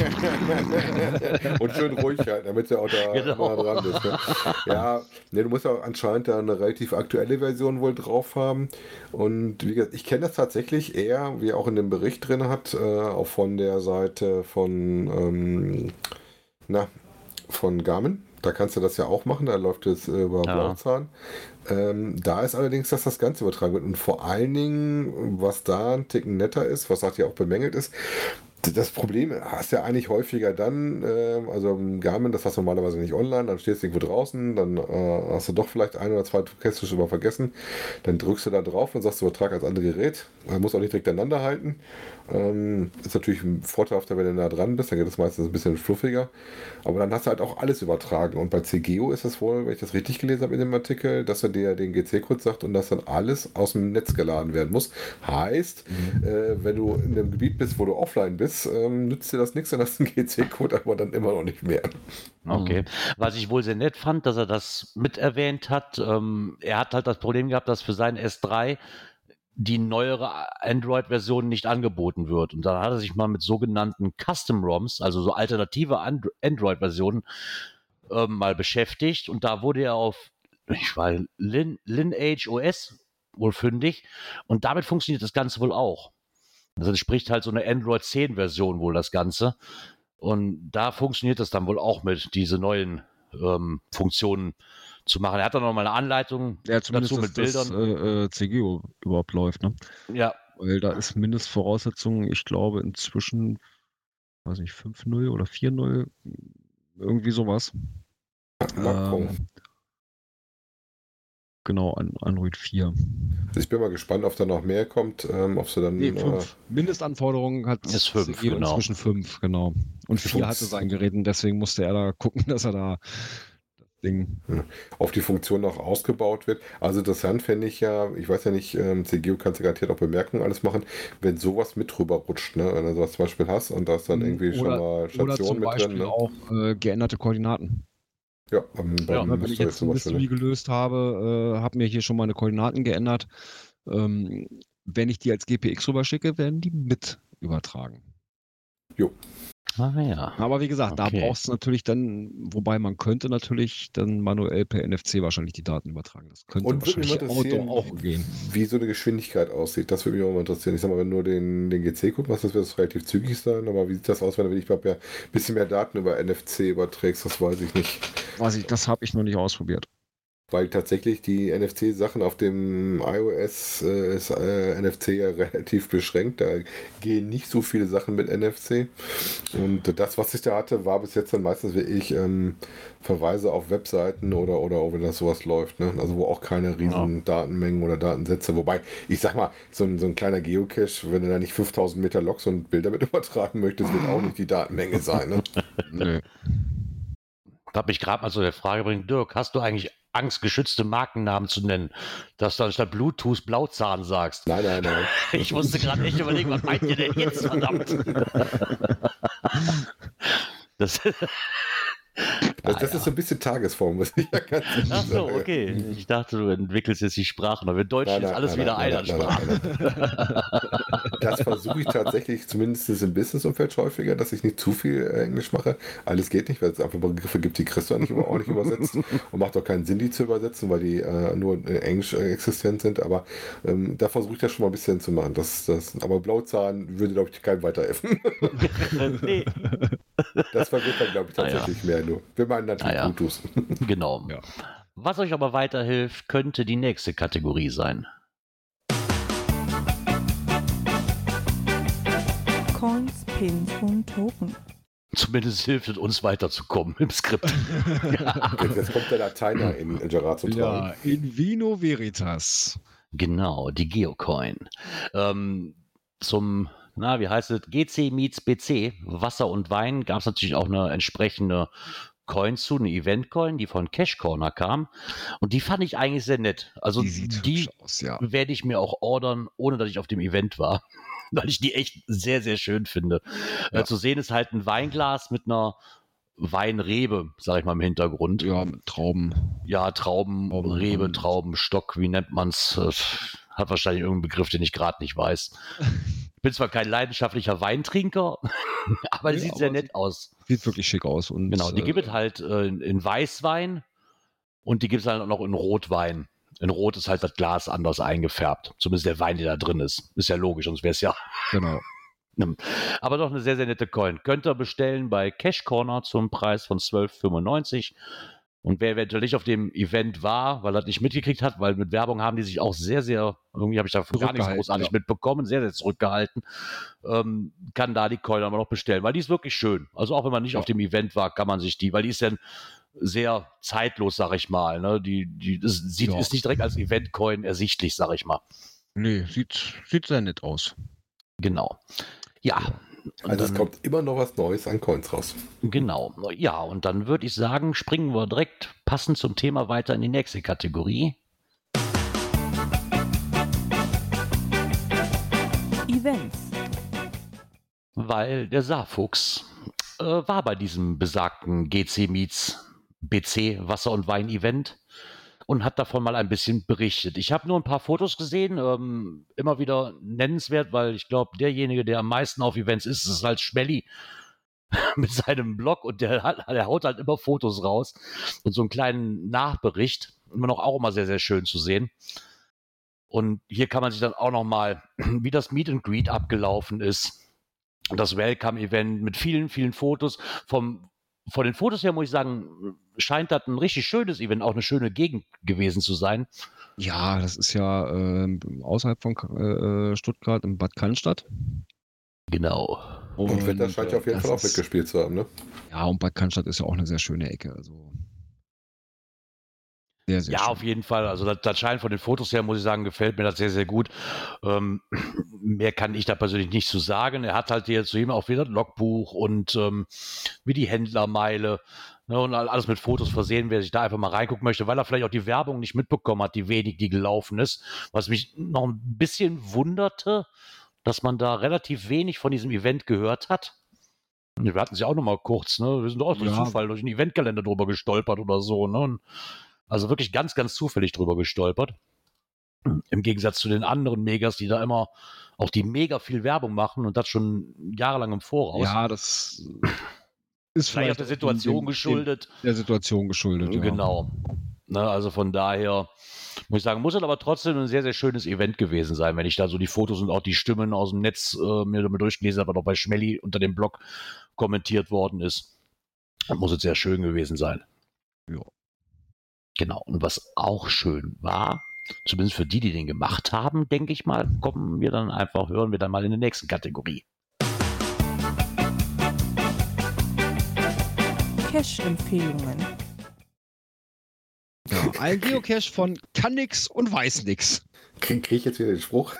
Und schön ruhig halten, damit du auch da nah dran bist. Ne? Ja, ne, du musst auch anscheinend da eine relativ aktuelle Version wohl drauf haben. Und wie gesagt, ich kenne das tatsächlich eher, wie er auch in dem Bericht drin hat, auch von der Seite von Garmin. Da kannst du das ja auch machen, da läuft es über Blauzahn. Da ist allerdings, dass das Ganze übertragen wird. Und vor allen Dingen, was da ein Ticken netter ist, was ja auch bemängelt ist, das Problem hast du ja eigentlich häufiger dann, also im Garmin, das hast du normalerweise nicht online, dann stehst du irgendwo draußen, dann hast du doch vielleicht ein oder zwei Käste schon mal vergessen, dann drückst du da drauf und sagst, übertrag als andere Gerät, man muss auch nicht direkt aneinander halten. Ist natürlich ein vorteilhafter, wenn du nah dran bist, dann geht das meistens ein bisschen fluffiger, aber dann hast du halt auch alles übertragen und bei CGO ist es wohl, wenn ich das richtig gelesen habe in dem Artikel, dass er dir den GC-Code sagt und dass dann alles aus dem Netz geladen werden muss. Heißt, wenn du in einem Gebiet bist, wo du offline bist, nützt dir das nichts, dann hast du einen GC-Code, aber dann immer noch nicht mehr. Okay. Was ich wohl sehr nett fand, dass er das mit erwähnt hat, er hat halt das Problem gehabt, dass für seinen S3 die neuere Android-Version nicht angeboten wird. Und dann hat er sich mal mit sogenannten Custom-ROMs, also so alternative Android-Versionen, mal beschäftigt. Und da wurde er auf, Lineage OS wohl fündig. Und damit funktioniert das Ganze wohl auch. Also entspricht halt so eine Android 10 Version wohl das Ganze. Und da funktioniert das dann wohl auch mit diese neuen Funktionen zu machen. Er hat dann noch mal eine Anleitung dazu mit Bildern. Dass CGO überhaupt läuft, ne? Ja. Weil da ist Mindestvoraussetzung, ich glaube inzwischen, weiß nicht, 5.0 oder 4.0, irgendwie sowas. Genau, an Android 4. Ich bin mal gespannt, ob da noch mehr kommt, ob sie dann... 5. Mindestanforderungen hat ist 5, genau. Inzwischen 5, genau. Und 4 hatte sein Gerät und deswegen musste er da gucken, dass er da das Ding... auf die Funktion noch ausgebaut wird. Also interessant fände ich ja, ich weiß ja nicht, CGO kannst du garantiert auch Bemerkungen alles machen, wenn sowas mit drüber rutscht, ne? Wenn du sowas zum Beispiel hast und da ist dann irgendwie schon mal Stationen mit drin. Ne? Auch geänderte Koordinaten. Ja, wenn ich jetzt ein Mystery gelöst habe, habe mir hier schon mal eine Koordinaten geändert. Wenn ich die als GPX rüberschicke, werden die mit übertragen. Jo. Ah, ja. Aber wie gesagt, da brauchst du natürlich dann, wobei man könnte natürlich dann manuell per NFC wahrscheinlich die Daten übertragen. Das könnte wahrscheinlich auch gehen. Wie so eine Geschwindigkeit aussieht, das würde mich auch mal interessieren. Ich sag mal, wenn nur den GC gucken, was das wird, das relativ zügig sein, aber wie sieht das aus, wenn du ja ein bisschen mehr Daten über NFC überträgst, das weiß ich nicht. Das habe ich noch nicht ausprobiert. Weil tatsächlich die NFC-Sachen auf dem iOS ist NFC ja relativ beschränkt. Da gehen nicht so viele Sachen mit NFC. Und das, was ich da hatte, war bis jetzt dann meistens wie ich Verweise auf Webseiten oder wenn das sowas läuft. Ne? Also wo auch keine riesen Datenmengen oder Datensätze. Wobei, ich sag mal, so ein kleiner Geocache, wenn du da nicht 5000 Meter Logs und Bilder mit übertragen möchtest, wird auch nicht die Datenmenge sein. Ne? Nö. Da mich gerade mal so der Frage bringen, Dirk, hast du eigentlich Angst, geschützte Markennamen zu nennen, dass du anstatt Bluetooth Blauzahn sagst? Nein. Ich musste gerade echt überlegen, was meint ihr denn jetzt, verdammt? Das ist so ein bisschen Tagesform, muss ich ja ganz ehrlich Ach so, sagen. okay. Ich dachte, du entwickelst jetzt die Sprachen, aber wir Deutschen ist alles wieder Einheitssprache. Das versuche ich tatsächlich, zumindest im Business-Umfeld häufiger, dass ich nicht zu viel Englisch mache. Alles geht nicht, weil es einfach Begriffe gibt, die kriegst du auch nicht übersetzt und macht auch keinen Sinn, die zu übersetzen, weil die nur in Englisch existent sind. Aber da versuche ich das schon mal ein bisschen zu machen. Aber Blauzahn würde, glaube ich, keinem weiterhelfen. Nee. Das verwirrt dann, glaube ich, tatsächlich mehr nur. Wir meinen natürlich Bluetooth. Genau. Ja. Was euch aber weiterhilft, könnte die nächste Kategorie sein. Coins, Pins und Token. Zumindest hilft es uns weiterzukommen im Skript. Jetzt kommt der Lateiner in Gerard zu tragen. Ja, in vino veritas. Genau, die Geocoin. Wie heißt es? GC meets BC, Wasser und Wein, gab es natürlich auch eine entsprechende Coin zu, eine Event-Coin, die von Cash Corner kam. Und die fand ich eigentlich sehr nett. Also Die sieht hübsch aus, ja. werde ich mir auch ordern, ohne dass ich auf dem Event war. Weil ich die echt sehr, sehr schön finde. Ja. Zu sehen ist halt ein Weinglas mit einer Weinrebe, sag ich mal, im Hintergrund. Ja, mit Trauben. Ja, Traubenrebe, Traubenstock, wie nennt man's? Hat wahrscheinlich irgendeinen Begriff, den ich gerade nicht weiß. Ich bin zwar kein leidenschaftlicher Weintrinker, aber die sieht sehr nett aus. Sieht wirklich schick aus. Und, Genau, die gibt es halt in Weißwein und die gibt es halt auch noch in Rotwein. In Rot ist halt das Glas anders eingefärbt. Zumindest der Wein, der da drin ist. Ist ja logisch, sonst wäre es ja. Genau. Aber doch eine sehr, sehr nette Coin. Könnt ihr bestellen bei Cash Corner zum Preis von 12,95 €. Und wer eventuell nicht auf dem Event war, weil er das nicht mitgekriegt hat, weil mit Werbung haben die sich auch sehr, sehr, irgendwie habe ich da gar nichts großartig mitbekommen, sehr, sehr zurückgehalten, kann da die Coin aber noch bestellen, weil die ist wirklich schön. Also auch wenn man nicht auf dem Event war, kann man sich die, weil die ist dann sehr zeitlos, sag ich mal. Ne? Ist nicht direkt als Event-Coin ersichtlich, sag ich mal. Nee, sieht sehr nett aus. Genau. Ja. Also es kommt immer noch was Neues an Coins raus. Genau. Ja, und dann würde ich sagen, springen wir direkt passend zum Thema weiter in die nächste Kategorie. Events. Weil der Saarfuchs war bei diesem besagten GC Meets BC Wasser- und Wein-Event und hat davon mal ein bisschen berichtet. Ich habe nur ein paar Fotos gesehen, immer wieder nennenswert, weil ich glaube, derjenige, der am meisten auf Events ist halt Schmelly mit seinem Blog und der haut halt immer Fotos raus und so einen kleinen Nachbericht, immer noch auch immer sehr, sehr schön zu sehen. Und hier kann man sich dann auch noch mal, wie das Meet and Greet abgelaufen ist, das Welcome-Event mit vielen, vielen Fotos. Von den Fotos her muss ich sagen, scheint das ein richtig schönes Event, auch eine schöne Gegend gewesen zu sein. Ja, das ist ja außerhalb von Stuttgart im Bad Cannstatt. Genau. Und Wetter scheint ja auf jeden Fall auch mitgespielt zu haben, ne? Ja, und Bad Cannstatt ist ja auch eine sehr schöne Ecke. Also sehr, sehr ja, schön. auf jeden Fall. Also das scheint von den Fotos her, muss ich sagen, gefällt mir das sehr, sehr gut. Mehr kann ich da persönlich nicht zu sagen. Er hat halt hier zu ihm auch wieder ein Logbuch und wie die Händlermeile, ne, und alles mit Fotos versehen, wer sich da einfach mal reingucken möchte, weil er vielleicht auch die Werbung nicht mitbekommen hat, die wenig, die gelaufen ist. Was mich noch ein bisschen wunderte, dass man da relativ wenig von diesem Event gehört hat. Wir hatten es ja auch noch mal kurz, ne? Wir sind auch durch Zufall durch einen Eventkalender drüber gestolpert oder so, ne? Und also wirklich ganz, ganz zufällig drüber gestolpert. Im Gegensatz zu den anderen Megas, die da immer auch die mega viel Werbung machen und das schon jahrelang im Voraus. Ja, das ist vielleicht auch der Situation geschuldet. Der Situation geschuldet, ja. Genau. Ne, also von daher muss ich sagen, muss es aber trotzdem ein sehr, sehr schönes Event gewesen sein, wenn ich da so die Fotos und auch die Stimmen aus dem Netz mir durchgelesen habe, was auch bei Schmelly unter dem Blog kommentiert worden ist. Das muss es sehr schön gewesen sein. Ja. Genau. Und was auch schön war, zumindest für die den gemacht haben, denke ich mal, hören wir dann mal in der nächsten Kategorie. Cache-Empfehlungen. Ja, ein Geocache von kann nix und weiß nix. Krieg ich jetzt wieder den Spruch?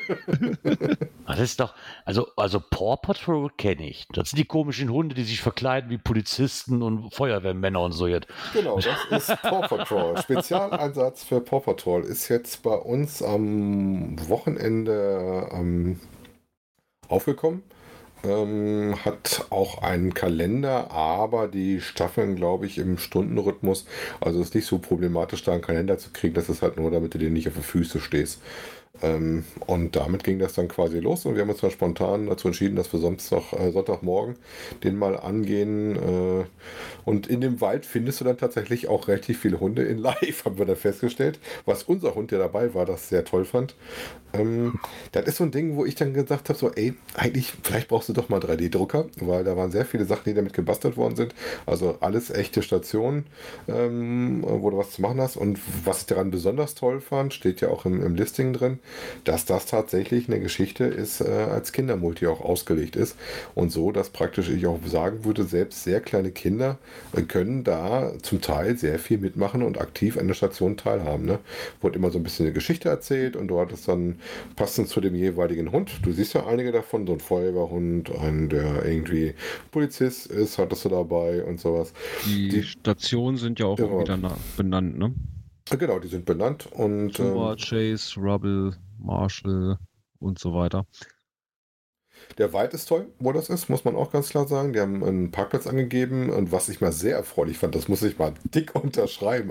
Das ist doch, also Paw Patrol kenne ich. Das sind die komischen Hunde, die sich verkleiden wie Polizisten und Feuerwehrmänner und so jetzt. Genau, das ist Paw Patrol. Spezialeinsatz für Paw Patrol ist jetzt bei uns am Wochenende aufgekommen. Hat auch einen Kalender, aber die Staffeln, glaube ich, im Stundenrhythmus. Also ist nicht so problematisch, da einen Kalender zu kriegen. Das ist halt nur, damit du dir nicht auf die Füße stehst. Und damit ging das dann quasi los und wir haben uns dann spontan dazu entschieden, dass wir Sonntagmorgen den mal angehen. Und in dem Wald findest du dann tatsächlich auch relativ viele Hunde in live, haben wir dann festgestellt. Was unser Hund, der dabei war, das sehr toll fand. Das ist so ein Ding, wo ich dann gesagt habe, so eigentlich, vielleicht brauchst du doch mal 3D-Drucker, weil da waren sehr viele Sachen, die damit gebastelt worden sind. Also alles echte Stationen, wo du was zu machen hast. Und was ich daran besonders toll fand, steht ja auch im Listing drin, dass das tatsächlich eine Geschichte ist, als Kindermulti auch ausgelegt ist. Und so, dass praktisch ich auch sagen würde, selbst sehr kleine Kinder können da zum Teil sehr viel mitmachen und aktiv an der Station teilhaben. Ne? Wurde immer so ein bisschen eine Geschichte erzählt und du hattest dann passend zu dem jeweiligen Hund. Du siehst ja einige davon, so ein Feuerwehrhund, einen, der irgendwie Polizist ist, hattest du dabei und sowas. Die Stationen sind ja auch wieder benannt, ne? Genau, die sind benannt und Chase, Rubble, Marshall und so weiter. Der Wald ist toll, wo das ist, muss man auch ganz klar sagen. Die haben einen Parkplatz angegeben und was ich mal sehr erfreulich fand, das muss ich mal dick unterstreichen,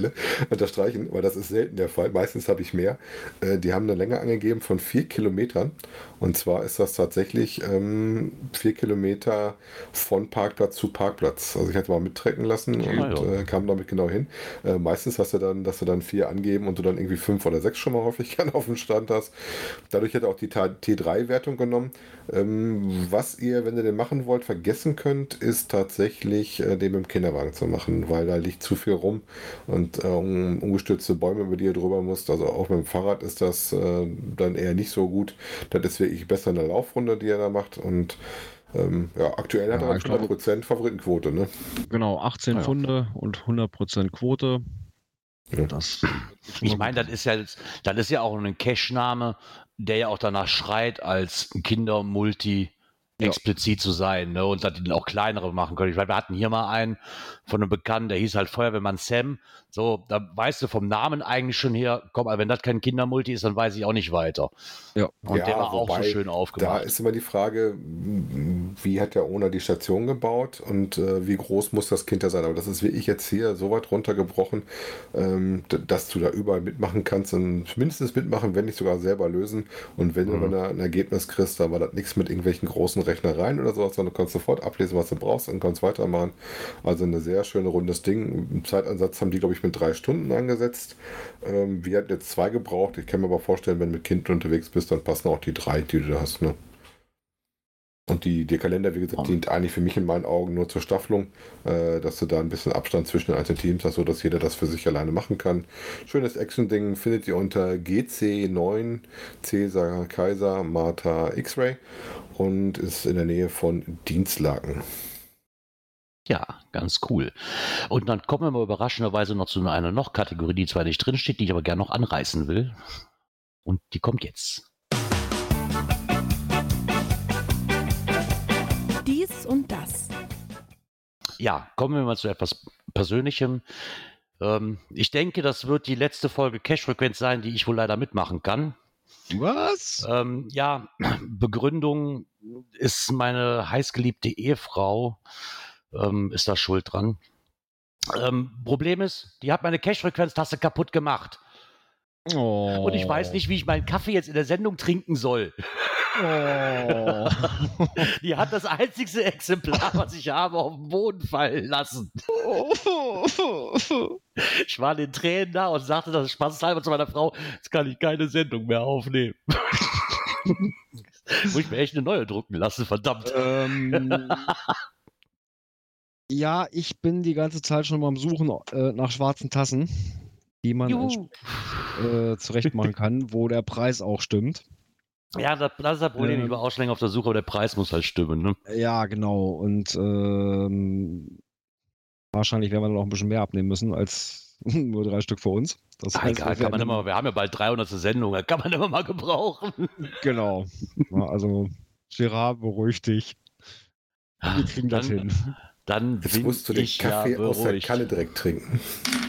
weil das ist selten der Fall. Meistens habe ich mehr. Die haben eine Länge angegeben von 4 Kilometern und zwar ist das tatsächlich 4 Kilometer von Parkplatz zu Parkplatz. Also ich hatte mal mittrecken lassen und kam damit genau hin. Meistens hast du dann, dass du dann 4 angeben und du dann irgendwie 5 oder 6 schon mal häufig gerne auf dem Stand hast. Dadurch hat er auch die T3-Wertung genommen. Was ihr, wenn ihr den machen wollt, vergessen könnt, ist tatsächlich den mit dem Kinderwagen zu machen, weil da liegt zu viel rum und ungestützte Bäume, über die ihr drüber müsst. Also auch mit dem Fahrrad ist das dann eher nicht so gut. Das ist wirklich besser eine Laufrunde, die er da macht und aktuell hat er 100% Favoritenquote, ne? Genau, 18 Pfunde und 100% Quote. Ja. Ich meine, das ist ja auch ein Cache-Name, der ja auch danach schreit, als Kindermulti explizit zu sein, ne? Und dass die auch kleinere machen können. Ich meine, wir hatten hier mal einen von einem Bekannten, der hieß halt Feuerwehrmann Sam. So, da weißt du vom Namen eigentlich schon her, komm, aber wenn das kein Kindermulti ist, dann weiß ich auch nicht weiter. Ja. Und der war auch so schön aufgemacht. Da ist immer die Frage, wie hat der Owner die Station gebaut und wie groß muss das Kind da sein? Aber das ist wirklich jetzt hier so weit runtergebrochen, dass du da überall mitmachen kannst und mindestens mitmachen, wenn nicht sogar selber lösen. Und wenn du dann ein Ergebnis kriegst, dann war das nichts mit irgendwelchen großen Rechnereien oder sowas, sondern du kannst sofort ablesen, was du brauchst und kannst weitermachen. Also eine sehr schöne rundes Ding. Im Zeitansatz haben die, glaube ich, mit 3 Stunden angesetzt. Wir hatten jetzt 2 gebraucht. Ich kann mir aber vorstellen, wenn du mit Kind unterwegs bist, dann passen auch die 3, die du da hast. Ne? Und der Kalender, wie gesagt, dient eigentlich für mich in meinen Augen nur zur Staffelung, dass du da ein bisschen Abstand zwischen den einzelnen Teams hast, sodass jeder das für sich alleine machen kann. Schönes Action-Ding findet ihr unter GC9 Cäsar Kaiser Martha X-Ray und ist in der Nähe von Dienstlaken. Ja, ganz cool. Und dann kommen wir mal überraschenderweise noch zu einer Kategorie, die zwar nicht drinsteht, die ich aber gerne noch anreißen will. Und die kommt jetzt. Dies und das. Ja, kommen wir mal zu etwas Persönlichem. Ich denke, das wird die letzte Folge Cache-Frequenz sein, die ich wohl leider mitmachen kann. Was? Begründung ist meine heißgeliebte Ehefrau, ist da schuld dran. Problem ist, die hat meine Cache-Frequenz-Tasse kaputt gemacht. Oh. Und ich weiß nicht, wie ich meinen Kaffee jetzt in der Sendung trinken soll. Oh. Die hat das einzigste Exemplar, was ich habe, auf den Boden fallen lassen. Ich war in den Tränen da und sagte das spaßhalber zu meiner Frau, jetzt kann ich keine Sendung mehr aufnehmen. Muss ich mir echt eine neue drucken lassen, verdammt. Ja, ich bin die ganze Zeit schon mal am Suchen nach schwarzen Tassen, die man zurecht machen kann, wo der Preis auch stimmt. Ja, das ist das Problem. Ich war auch schon länger auf der Suche, aber der Preis muss halt stimmen. Ne? Ja, genau. Und wahrscheinlich werden wir dann auch ein bisschen mehr abnehmen müssen als nur 3 Stück für uns. Das heißt, egal, kann man immer, wir haben ja bald 300. Sendung, das kann man immer mal gebrauchen. Genau. Ja, also, Gerard, beruhig dich. Wir kriegen das hin. Dann Jetzt bin musst du den ich Kaffee ja aus der beruhigt. Kanne direkt trinken.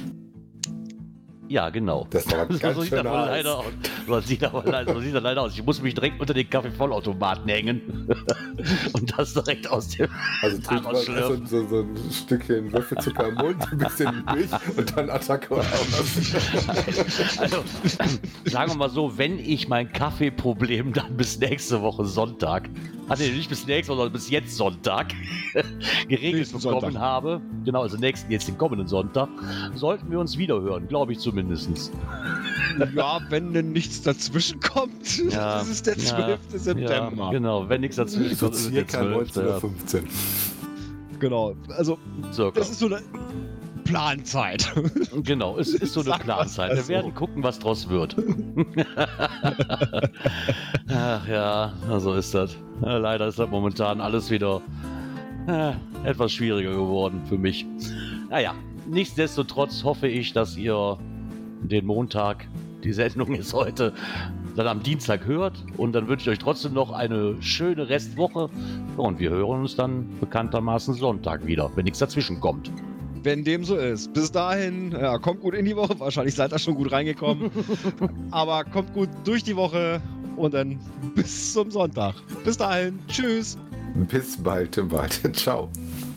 Ja, genau. Das ist aber ganz so sieht schön das wohl aus. leider aus. So sieht das leider aus. Ich muss mich direkt unter den Kaffeevollautomaten hängen und das direkt aus dem Also trink mal rausschlürfen. so ein Stückchen Würfelzucker im Mund, ein bisschen Milch und dann Attacke raus. Also, sagen wir mal so, wenn ich mein Kaffeeproblem dann bis nächste Woche Sonntag, nicht bis nächste Woche, sondern bis jetzt Sonntag, geregelt Nächsten bekommen Sonntag. habe, genau, also jetzt den kommenden Sonntag, sollten wir uns wiederhören, glaube ich zumindest. Ja, wenn denn nichts dazwischen kommt. Ja, Das ist der 12. September. Ja, genau, wenn nichts dazwischen So kommt, ist es der circa 12. Ja, 19.15 Uhr. Genau. Also, circa. das ist so eine Planzeit. Genau, es ist so eine Sag Planzeit. was Wir also. werden gucken, was draus wird. Ach ja, so ist das. Ja, leider ist das momentan alles wieder etwas schwieriger geworden für mich. Naja, nichtsdestotrotz hoffe ich, dass ihr den Montag, die Sendung ist heute, dann am Dienstag hört. Und dann wünsche ich euch trotzdem noch eine schöne Restwoche. Und wir hören uns dann bekanntermaßen Sonntag wieder, wenn nichts dazwischen kommt. Wenn dem so ist. Bis dahin, ja, kommt gut in die Woche. Wahrscheinlich seid ihr schon gut reingekommen. Aber kommt gut durch die Woche und dann bis zum Sonntag. Bis dahin. Tschüss. Bis bald im Wald. Ciao.